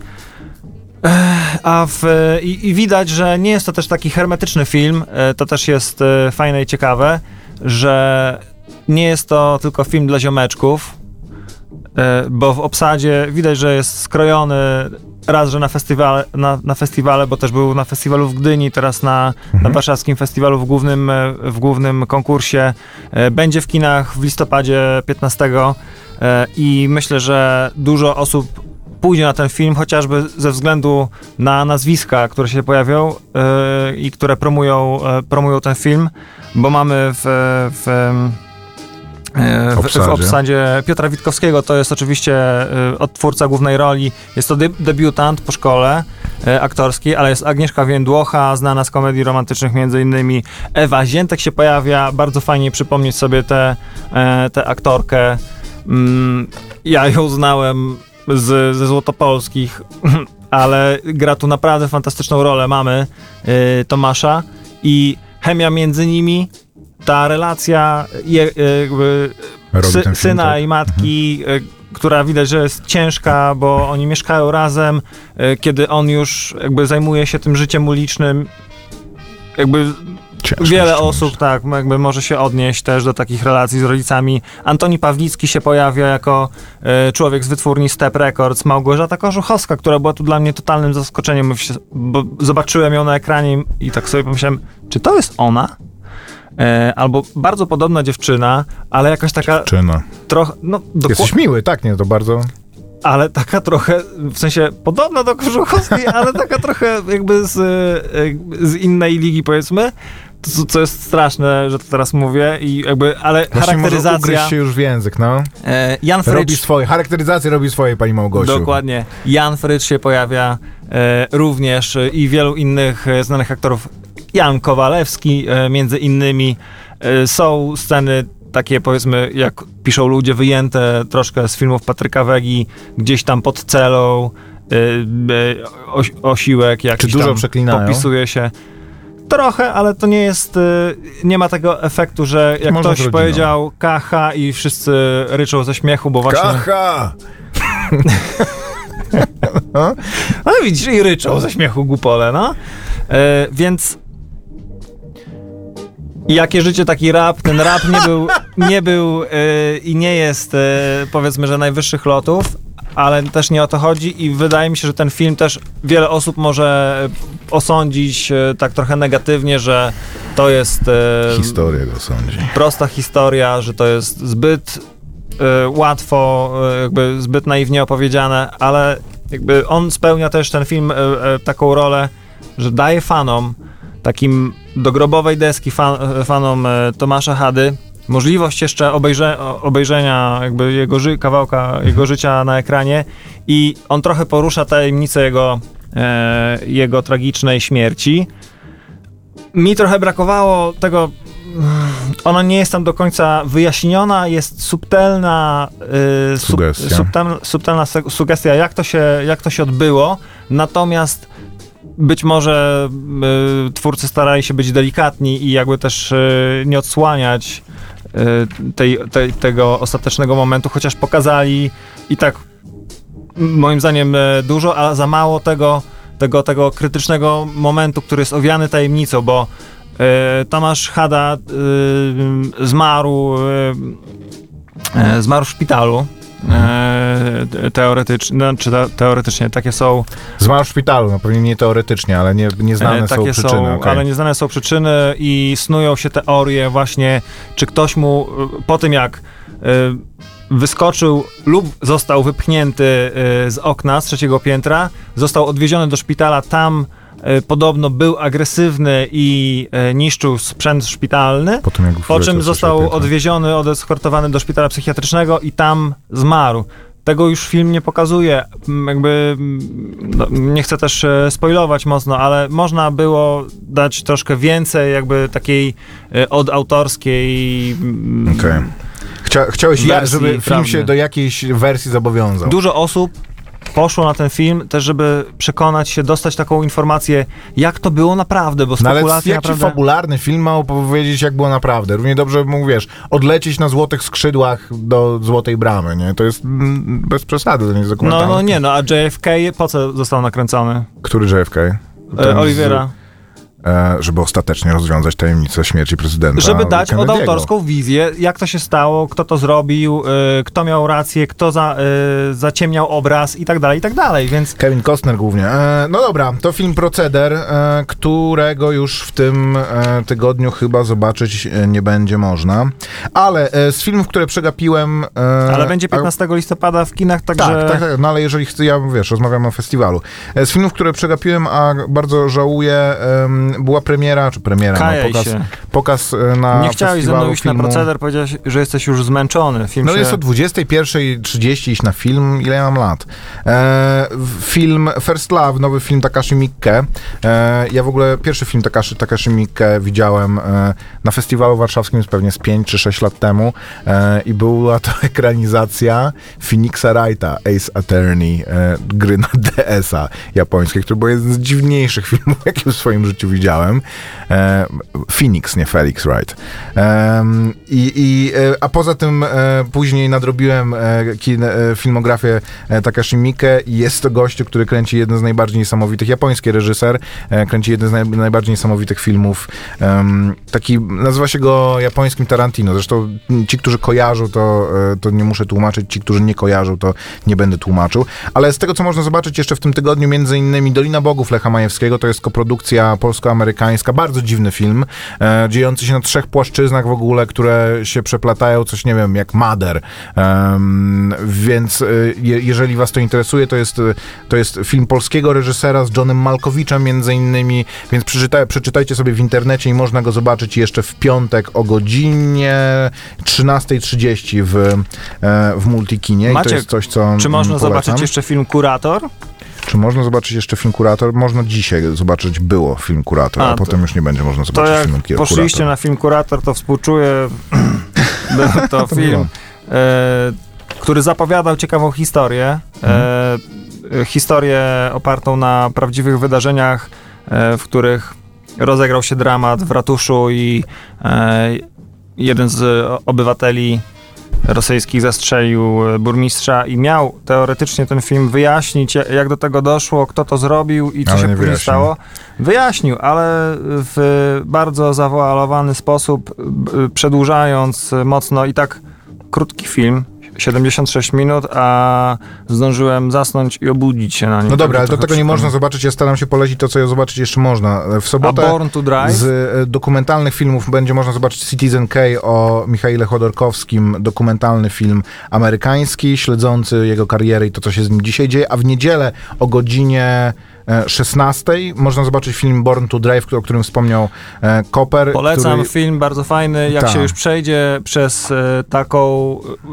I widać, że nie jest to też taki hermetyczny film. To też jest fajne i ciekawe, że nie jest to tylko film dla ziomeczków, bo w obsadzie widać, że jest skrojony raz, że na festiwale, bo też był na festiwalu w Gdyni, teraz na warszawskim festiwalu w głównym konkursie. Będzie w kinach w listopadzie 15 i myślę, że dużo osób pójdzie na ten film, chociażby ze względu na nazwiska, które się pojawią i które promują ten film, bo mamy w obsadzie Piotra Witkowskiego, to jest oczywiście odtwórca głównej roli, jest to debiutant po szkole aktorskiej, ale jest Agnieszka Więdłocha, znana z komedii romantycznych, między innymi Ewa Ziętek się pojawia, bardzo fajnie przypomnieć sobie tę aktorkę. Ja ją znałem ze Złotopolskich, ale gra tu naprawdę fantastyczną rolę mamy Tomasza i chemia między nimi, ta relacja syna i matki, która widać, że jest ciężka, bo oni mieszkają razem, kiedy on już jakby zajmuje się tym życiem ulicznym, jakby wiele osób tak jakby może się odnieść też do takich relacji z rodzicami. Antoni Pawlicki się pojawia jako człowiek z wytwórni Step Records, Małgorzata Korzuchowska, która była tu dla mnie totalnym zaskoczeniem, bo zobaczyłem ją na ekranie i tak sobie pomyślałem, czy to jest ona? Albo bardzo podobna dziewczyna, ale jakaś taka... Trochę, no, jesteś miły, tak? Nie, to bardzo... Ale taka trochę, w sensie podobna do Korzuchowskiej, ale taka trochę jakby z innej ligi, powiedzmy. Co jest straszne, że to teraz mówię, i jakby, ale właśnie charakteryzacja... Może ugryźć się już w język, no. Jan Frycz... Charakteryzację robi swoje, pani Małgosiu. Dokładnie. Jan Frycz się pojawia również i wielu innych znanych aktorów. Jan Kowalewski między innymi. Są sceny takie, powiedzmy, jak piszą ludzie, wyjęte troszkę z filmów Patryka Wegi, gdzieś tam pod celą, Osiłek jakiś. Czy dużo tam przeklinają? Popisuje się. Trochę, ale to nie jest, nie ma tego efektu, że jak można ktoś powiedział kacha i wszyscy ryczą ze śmiechu, bo właśnie... Kacha! Ale widzisz, i ryczą ze śmiechu głupole, no. Więc jakie życie, taki rap. Ten rap nie był i nie jest, powiedzmy, że najwyższych lotów, ale też nie o to chodzi i wydaje mi się, że ten film też wiele osób może osądzić tak trochę negatywnie, że to jest... Historia go sądzi. Prosta historia, że to jest zbyt łatwo, jakby zbyt naiwnie opowiedziane, ale jakby on spełnia też ten film taką rolę, że daje fanom, takim do grobowej deski fanom Tomasza Hady, możliwość jeszcze obejrzenia jakby kawałka jego życia na ekranie i on trochę porusza tajemnicę jego tragicznej śmierci. Mi trochę brakowało tego, ona nie jest tam do końca wyjaśniona, jest subtelna sugestia, jak to się odbyło, natomiast być może twórcy starali się być delikatni i jakby też nie odsłaniać tego ostatecznego momentu, chociaż pokazali i tak moim zdaniem dużo, ale za mało tego, tego krytycznego momentu, który jest owiany tajemnicą, bo Tomasz Hada zmarł w szpitalu. Teoretycznie takie są. Zmarł w szpitalu, no pewnie nie teoretycznie, ale nieznane są przyczyny. Okay. Ale nieznane są przyczyny i snują się teorie właśnie, czy ktoś mu po tym jak wyskoczył lub został wypchnięty z okna z 3. piętra, został odwieziony do szpitala, tam podobno był agresywny i niszczył sprzęt szpitalny, po czym został odwieziony, odeskortowany do szpitala psychiatrycznego i tam zmarł. Tego już film nie pokazuje, jakby nie chcę też spoilować mocno, ale można było dać troszkę więcej jakby takiej odautorskiej Chciałeś, żeby film się do jakiejś wersji zobowiązał. Dużo osób poszło na ten film też, żeby przekonać się, dostać taką informację, jak to było naprawdę, bo spekulacje ale jaki fabularny film ma opowiedzieć, jak było naprawdę? Równie dobrze mógł, odlecieć na złotych skrzydłach do Złotej Bramy, nie? To jest bez przesady, to nie jest dokumentalne. A JFK po co został nakręcony? Który JFK? Oliviera. Żeby ostatecznie rozwiązać tajemnicę śmierci prezydenta. Żeby dać odautorską wizję, jak to się stało, kto to zrobił, kto miał rację, kto zaciemniał obraz i tak dalej, więc... Kevin Costner głównie. No dobra, to film Proceder, którego już w tym tygodniu chyba zobaczyć nie będzie można. Ale z filmów, które przegapiłem... Ale będzie 15 listopada w kinach, także... Tak, no ale jeżeli chcę, rozmawiam o festiwalu. Z filmów, które przegapiłem, a bardzo żałuję, była pokaz na Nie chciałeś ze mną iść na Proceder, powiedziałeś, że jesteś już zmęczony. Jest o 21:30 iść na film, ile ja mam lat. Film First Love, nowy film Takashi Miike. Ja w ogóle pierwszy film Takashi Miike widziałem na festiwalu warszawskim pewnie z 5 czy 6 lat temu i była to ekranizacja Phoenixa Wrighta, Ace Attorney, gry na DS-a japońskiej, który był jeden z dziwniejszych filmów, jakie w swoim życiu widziałem. Phoenix, nie Felix Wright. A poza tym później nadrobiłem filmografię Takashi Miike i jest to gościu, który kręci jeden z najbardziej niesamowitych, japoński reżyser, kręci jeden z najbardziej niesamowitych filmów. Taki, nazywa się go japońskim Tarantino. Zresztą ci, którzy kojarzą, to nie muszę tłumaczyć, ci, którzy nie kojarzą, to nie będę tłumaczył. Ale z tego, co można zobaczyć jeszcze w tym tygodniu, między innymi Dolina Bogów Lecha Majewskiego, to jest koprodukcja polsko-amerykańska, bardzo dziwny film, dziejący się na 3 płaszczyznach w ogóle, które się przeplatają, coś nie wiem, jak Mother. Więc jeżeli was to interesuje, to jest film polskiego reżysera z Johnem Malkowiczem między innymi, więc przeczytajcie sobie w internecie i można go zobaczyć jeszcze w piątek o godzinie 13:30 w Multikinie. Maciek, i to jest coś, co czy można polecam. Zobaczyć jeszcze film Kurator? Czy można zobaczyć jeszcze film Kurator? Można dzisiaj zobaczyć film Kurator, a potem już nie będzie można zobaczyć filmu Kurator. To jak poszliście na film Kurator, to współczuję. Był to film, który zapowiadał ciekawą historię. Historię opartą na prawdziwych wydarzeniach, w których rozegrał się dramat w ratuszu i jeden z obywateli rosyjskich zastrzelił burmistrza i miał teoretycznie ten film wyjaśnić, jak do tego doszło, kto to zrobił i co się później stało. Wyjaśnił, ale w bardzo zawoalowany sposób, przedłużając mocno i tak krótki film, 76 minut, a zdążyłem zasnąć i obudzić się na nim. No dobra, ale do tego nie można zobaczyć, ja staram się polecić to, co zobaczyć jeszcze można. W sobotę Born to Drive? Z dokumentalnych filmów będzie można zobaczyć Citizen K o Michaile Chodorkowskim, dokumentalny film amerykański, śledzący jego karierę i to, co się z nim dzisiaj dzieje, a w niedzielę o godzinie 16 można zobaczyć film Born to Drive, o którym wspomniał Koper. Polecam film, bardzo fajny, jak się już przejdzie przez taką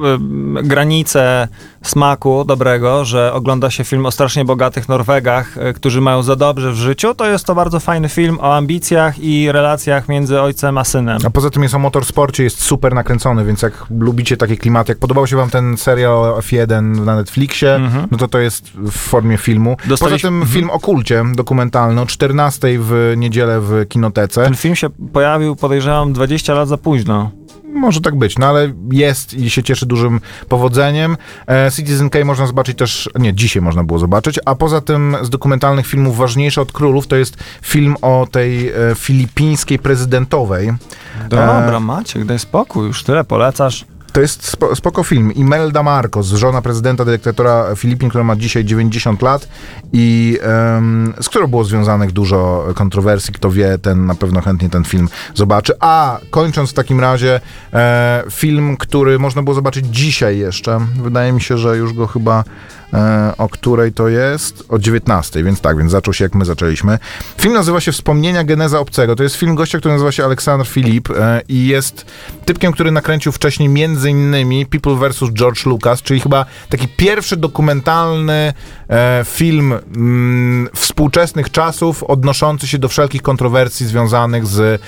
granicę smaku dobrego, że ogląda się film o strasznie bogatych Norwegach, którzy mają za dobrze w życiu, to jest to bardzo fajny film o ambicjach i relacjach między ojcem a synem. A poza tym jest o motorsporcie, jest super nakręcony, więc jak lubicie takie klimaty, jak podobał się wam ten serial F1 na Netflixie, no to jest w formie filmu. Poza tym film o kulcie dokumentalny o 14 w niedzielę w kinotece. Ten film się pojawił, podejrzewam, 20 lat za późno. może tak być, no ale jest i się cieszy dużym powodzeniem. Citizen Kane można zobaczyć też, nie, dzisiaj można było zobaczyć, a poza tym z dokumentalnych filmów ważniejszy od Królów to jest film o tej filipińskiej prezydentowej. Dobra, Maciek, daj spokój, już tyle polecasz. To jest spoko film. Imelda Marcos, żona prezydenta, dyktatora Filipin, która ma dzisiaj 90 lat i z którą było związanych dużo kontrowersji. Kto wie, ten na pewno chętnie ten film zobaczy. A kończąc w takim razie film, który można było zobaczyć dzisiaj jeszcze. Wydaje mi się, że już go chyba o której to jest? O 19, więc tak, więc zaczął się jak my zaczęliśmy. Film nazywa się Wspomnienia Geneza Obcego. To jest film gościa, który nazywa się Aleksander Filip i jest typkiem, który nakręcił wcześniej między innymi People vs. George Lucas, czyli chyba taki pierwszy dokumentalny film współczesnych czasów odnoszący się do wszelkich kontrowersji związanych z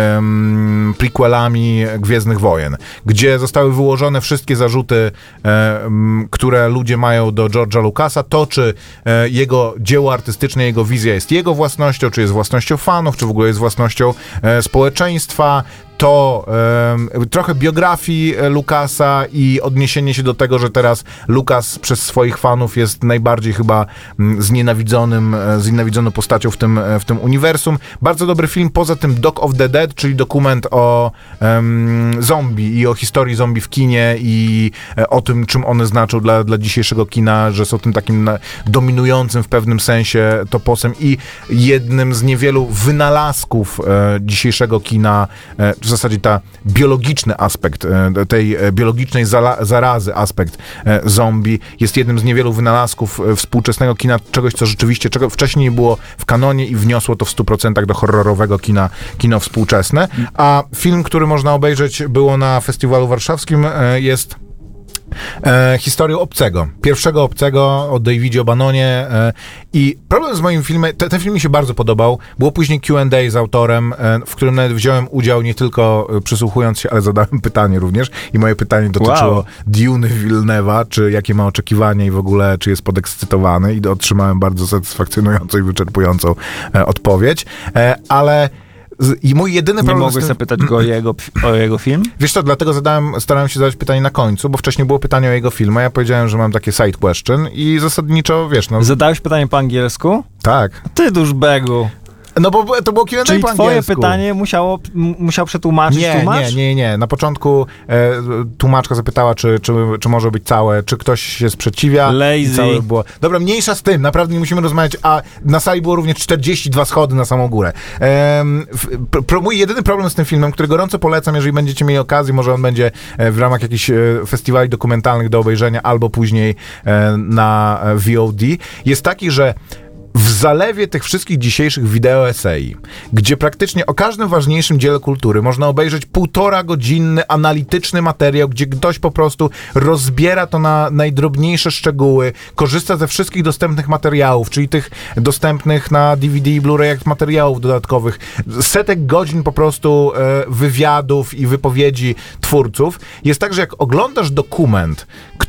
prequelami Gwiezdnych Wojen, gdzie zostały wyłożone wszystkie zarzuty, które ludzie mają do George'a Lucasa, to czy jego dzieło artystyczne, jego wizja jest jego własnością, czy jest własnością fanów, czy w ogóle jest własnością społeczeństwa, to trochę biografii Lucasa i odniesienie się do tego, że teraz Lucas przez swoich fanów jest najbardziej chyba znienawidzoną postacią w tym uniwersum. Bardzo dobry film, poza tym Dog of the Dead, czyli dokument o zombie i o historii zombie w kinie i o tym, czym one znaczą dla dzisiejszego kina, że są tym takim dominującym w pewnym sensie toposem i jednym z niewielu wynalazków dzisiejszego kina, w zasadzie biologiczny aspekt tej biologicznej zarazy, aspekt zombie jest jednym z niewielu wynalazków współczesnego kina, czegoś, co rzeczywiście, czego wcześniej nie było w kanonie i wniosło to w 100% do horrorowego kino współczesne. A film, który można obejrzeć, było na festiwalu warszawskim, jest historią Obcego. Pierwszego Obcego o Davidzie O'Bannonie i problem z moim filmem, ten film mi się bardzo podobał, było później Q&A z autorem, w którym nawet wziąłem udział nie tylko przysłuchując się, ale zadałem pytanie również i moje pytanie dotyczyło Dune'y Villeneuve'a, czy jakie ma oczekiwania i w ogóle czy jest podekscytowany i otrzymałem bardzo satysfakcjonującą i wyczerpującą odpowiedź, ale i mój jedyny problem... Nie mogłeś zapytać go o jego film? Wiesz co, dlatego starałem się zadać pytanie na końcu, bo wcześniej było pytanie o jego film, a ja powiedziałem, że mam takie side question i zasadniczo, wiesz, no... Zadałeś pytanie po angielsku? Tak. Ty duszbegu. No bo to było Q&A czyli po angielsku. Twoje pytanie musiał przetłumaczyć tłumacz? Nie. Na początku tłumaczka zapytała, czy może być całe, czy ktoś się sprzeciwia. Lazy. Całe było. Dobra, mniejsza z tym, naprawdę nie musimy rozmawiać, a na sali było również 42 schody na samą górę. Mój jedyny problem z tym filmem, który gorąco polecam, jeżeli będziecie mieli okazję, może on będzie w ramach jakichś festiwali dokumentalnych do obejrzenia, albo później na VOD, jest taki, że w zalewie tych wszystkich dzisiejszych wideoesei, gdzie praktycznie o każdym ważniejszym dziele kultury można obejrzeć 1,5-godzinny analityczny materiał, gdzie ktoś po prostu rozbiera to na najdrobniejsze szczegóły, korzysta ze wszystkich dostępnych materiałów, czyli tych dostępnych na DVD i Blu-ray materiałów dodatkowych, setek godzin po prostu wywiadów i wypowiedzi twórców. Jest tak, że jak oglądasz dokument,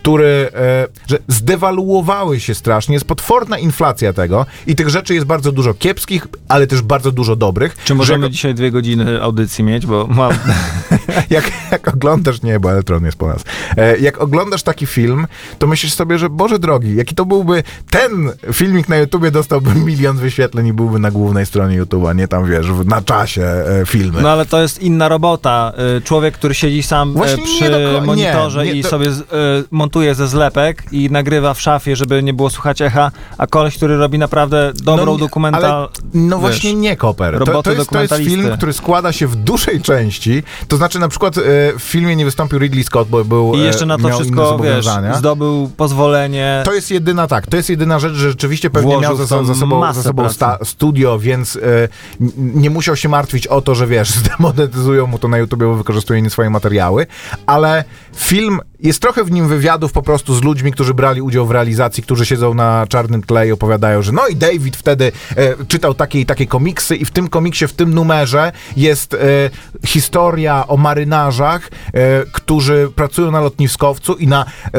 że zdewaluowały się strasznie, jest potworna inflacja tego, i tych rzeczy jest bardzo dużo kiepskich, ale też bardzo dużo dobrych. Czy możemy dzisiaj 2 godziny audycji mieć, bo mam... jak oglądasz, nie, bo Elektron jest po nas. Jak oglądasz taki film, to myślisz sobie, że Boże drogi, jaki to byłby, ten filmik na YouTubie dostałby 1 milion wyświetleń i byłby na głównej stronie YouTube'a, nie tam, wiesz, na czasie filmy. No ale to jest inna robota. Człowiek, który siedzi sam przy monitorze i sobie montuje ze zlepek i nagrywa w szafie, żeby nie było słychać echa, a koleś, który robi naprawdę dobrą właśnie nie, Koper. To jest film, który składa się w dużej części, to znaczy na przykład w filmie nie wystąpił Ridley Scott, bo był, i jeszcze na to wszystko, wiesz, zdobył pozwolenie. To jest jedyna rzecz, że rzeczywiście pewnie miał za sobą studio, więc nie musiał się martwić o to, że wiesz, zdemonetyzują mu to na YouTubie, bo wykorzystuje nie swoje materiały, ale film Jest trochę w nim wywiadów po prostu z ludźmi, którzy brali udział w realizacji, którzy siedzą na czarnym tle i opowiadają, że no i David wtedy czytał takie i takie komiksy i w tym komiksie, w tym numerze jest historia o marynarzach, którzy pracują na lotniskowcu i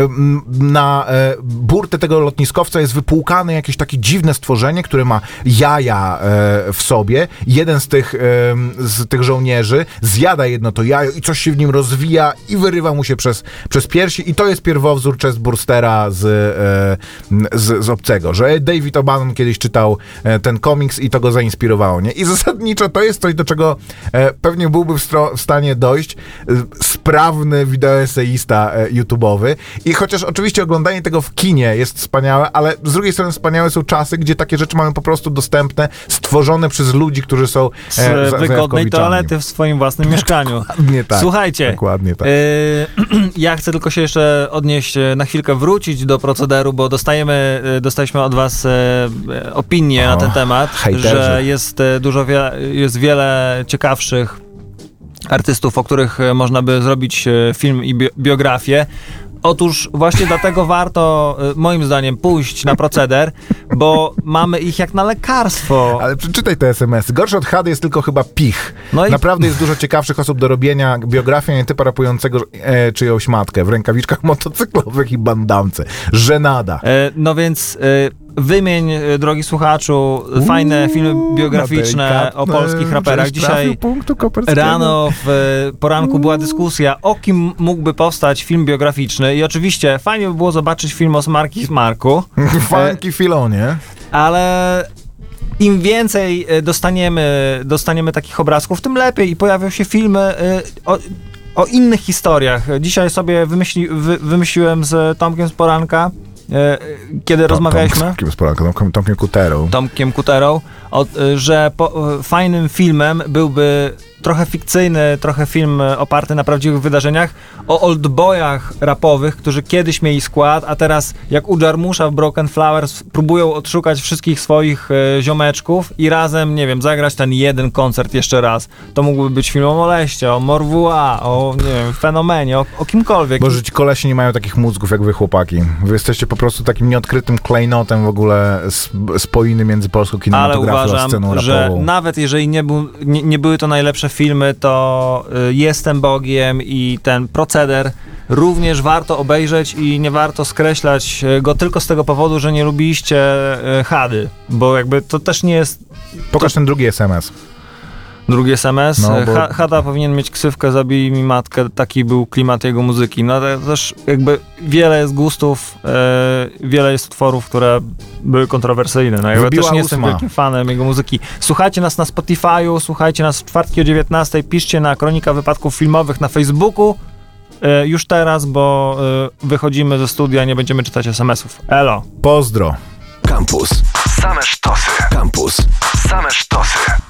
na burtę tego lotniskowca jest wypłukane jakieś takie dziwne stworzenie, które ma jaja w sobie. Jeden z tych żołnierzy zjada jedno to jajo i coś się w nim rozwija i wyrywa mu się przez piersi i to jest pierwowzór Chestburstera z Obcego, że David O'Bannon kiedyś czytał ten komiks i to go zainspirowało, nie? I zasadniczo to jest coś, do czego pewnie byłby w stanie dojść sprawny wideoeseista YouTube'owy i chociaż oczywiście oglądanie tego w kinie jest wspaniałe, ale z drugiej strony wspaniałe są czasy, gdzie takie rzeczy mamy po prostu dostępne, stworzone przez ludzi, którzy są z wygodnej toalety w swoim własnym mieszkaniu. Dokładnie tak. Słuchajcie, dokładnie tak. Ja chcę tylko się jeszcze odnieść, na chwilkę wrócić do procederu, bo dostaliśmy od was opinię na ten temat, hejterzy. że jest wiele ciekawszych artystów, o których można by zrobić film i biografię. Otóż właśnie dlatego warto, moim zdaniem, pójść na proceder, bo mamy ich jak na lekarstwo. Ale przeczytaj te SMS-y. Gorsze od Hady jest tylko chyba Pich. No naprawdę jest dużo ciekawszych osób do robienia biografii, nie typa rapującego czyjąś matkę w rękawiczkach motocyklowych i bandamce. Żenada. No więc wymień, drogi słuchaczu, fajne filmy biograficzne o polskich raperach. Dzisiaj rano w poranku była dyskusja, o kim mógłby powstać film biograficzny i oczywiście fajnie by było zobaczyć film o Marku. Funky Filonie. Ale im więcej dostaniemy takich obrazków, tym lepiej i pojawią się filmy o innych historiach. Dzisiaj sobie wymyśliłem z Tomkiem z poranka, kiedy rozmawialiśmy Tomkiem Kuterą, że fajnym filmem byłby trochę fikcyjny, trochę film oparty na prawdziwych wydarzeniach o oldboyach rapowych, którzy kiedyś mieli skład, a teraz jak u Jarmusza w Broken Flowers próbują odszukać wszystkich swoich ziomeczków i razem, nie wiem, zagrać ten jeden koncert jeszcze raz. To mógłby być film o Moleście, o Morwua, o, nie wiem, Fenomenie, o kimkolwiek. Boże, ci kolesi nie mają takich mózgów jak wy, chłopaki. Wy jesteście po prostu takim nieodkrytym klejnotem w ogóle spoiny między polską kinematografią a sceną rapową. Że nawet jeżeli nie były to najlepsze filmy, to Jestem Bogiem i ten proceder również warto obejrzeć i nie warto skreślać go tylko z tego powodu, że nie lubiliście Hady, bo jakby to też nie jest... Pokaż ten drugi SMS. Drugi SMS? No, bo... Hada powinien mieć ksywkę Zabij mi matkę, taki był klimat jego muzyki. No to też jakby wiele jest gustów, wiele jest utworów, które były kontrowersyjne. No, ja też nie jestem wielkim fanem jego muzyki. Słuchajcie nas na Spotify'u, słuchajcie nas w czwartki o 19:00, piszcie na Kronika Wypadków Filmowych na Facebooku już teraz, bo wychodzimy ze studia, nie będziemy czytać SMS-ów. Elo. Pozdro. Campus. Same sztosy. Campus. Same sztosy.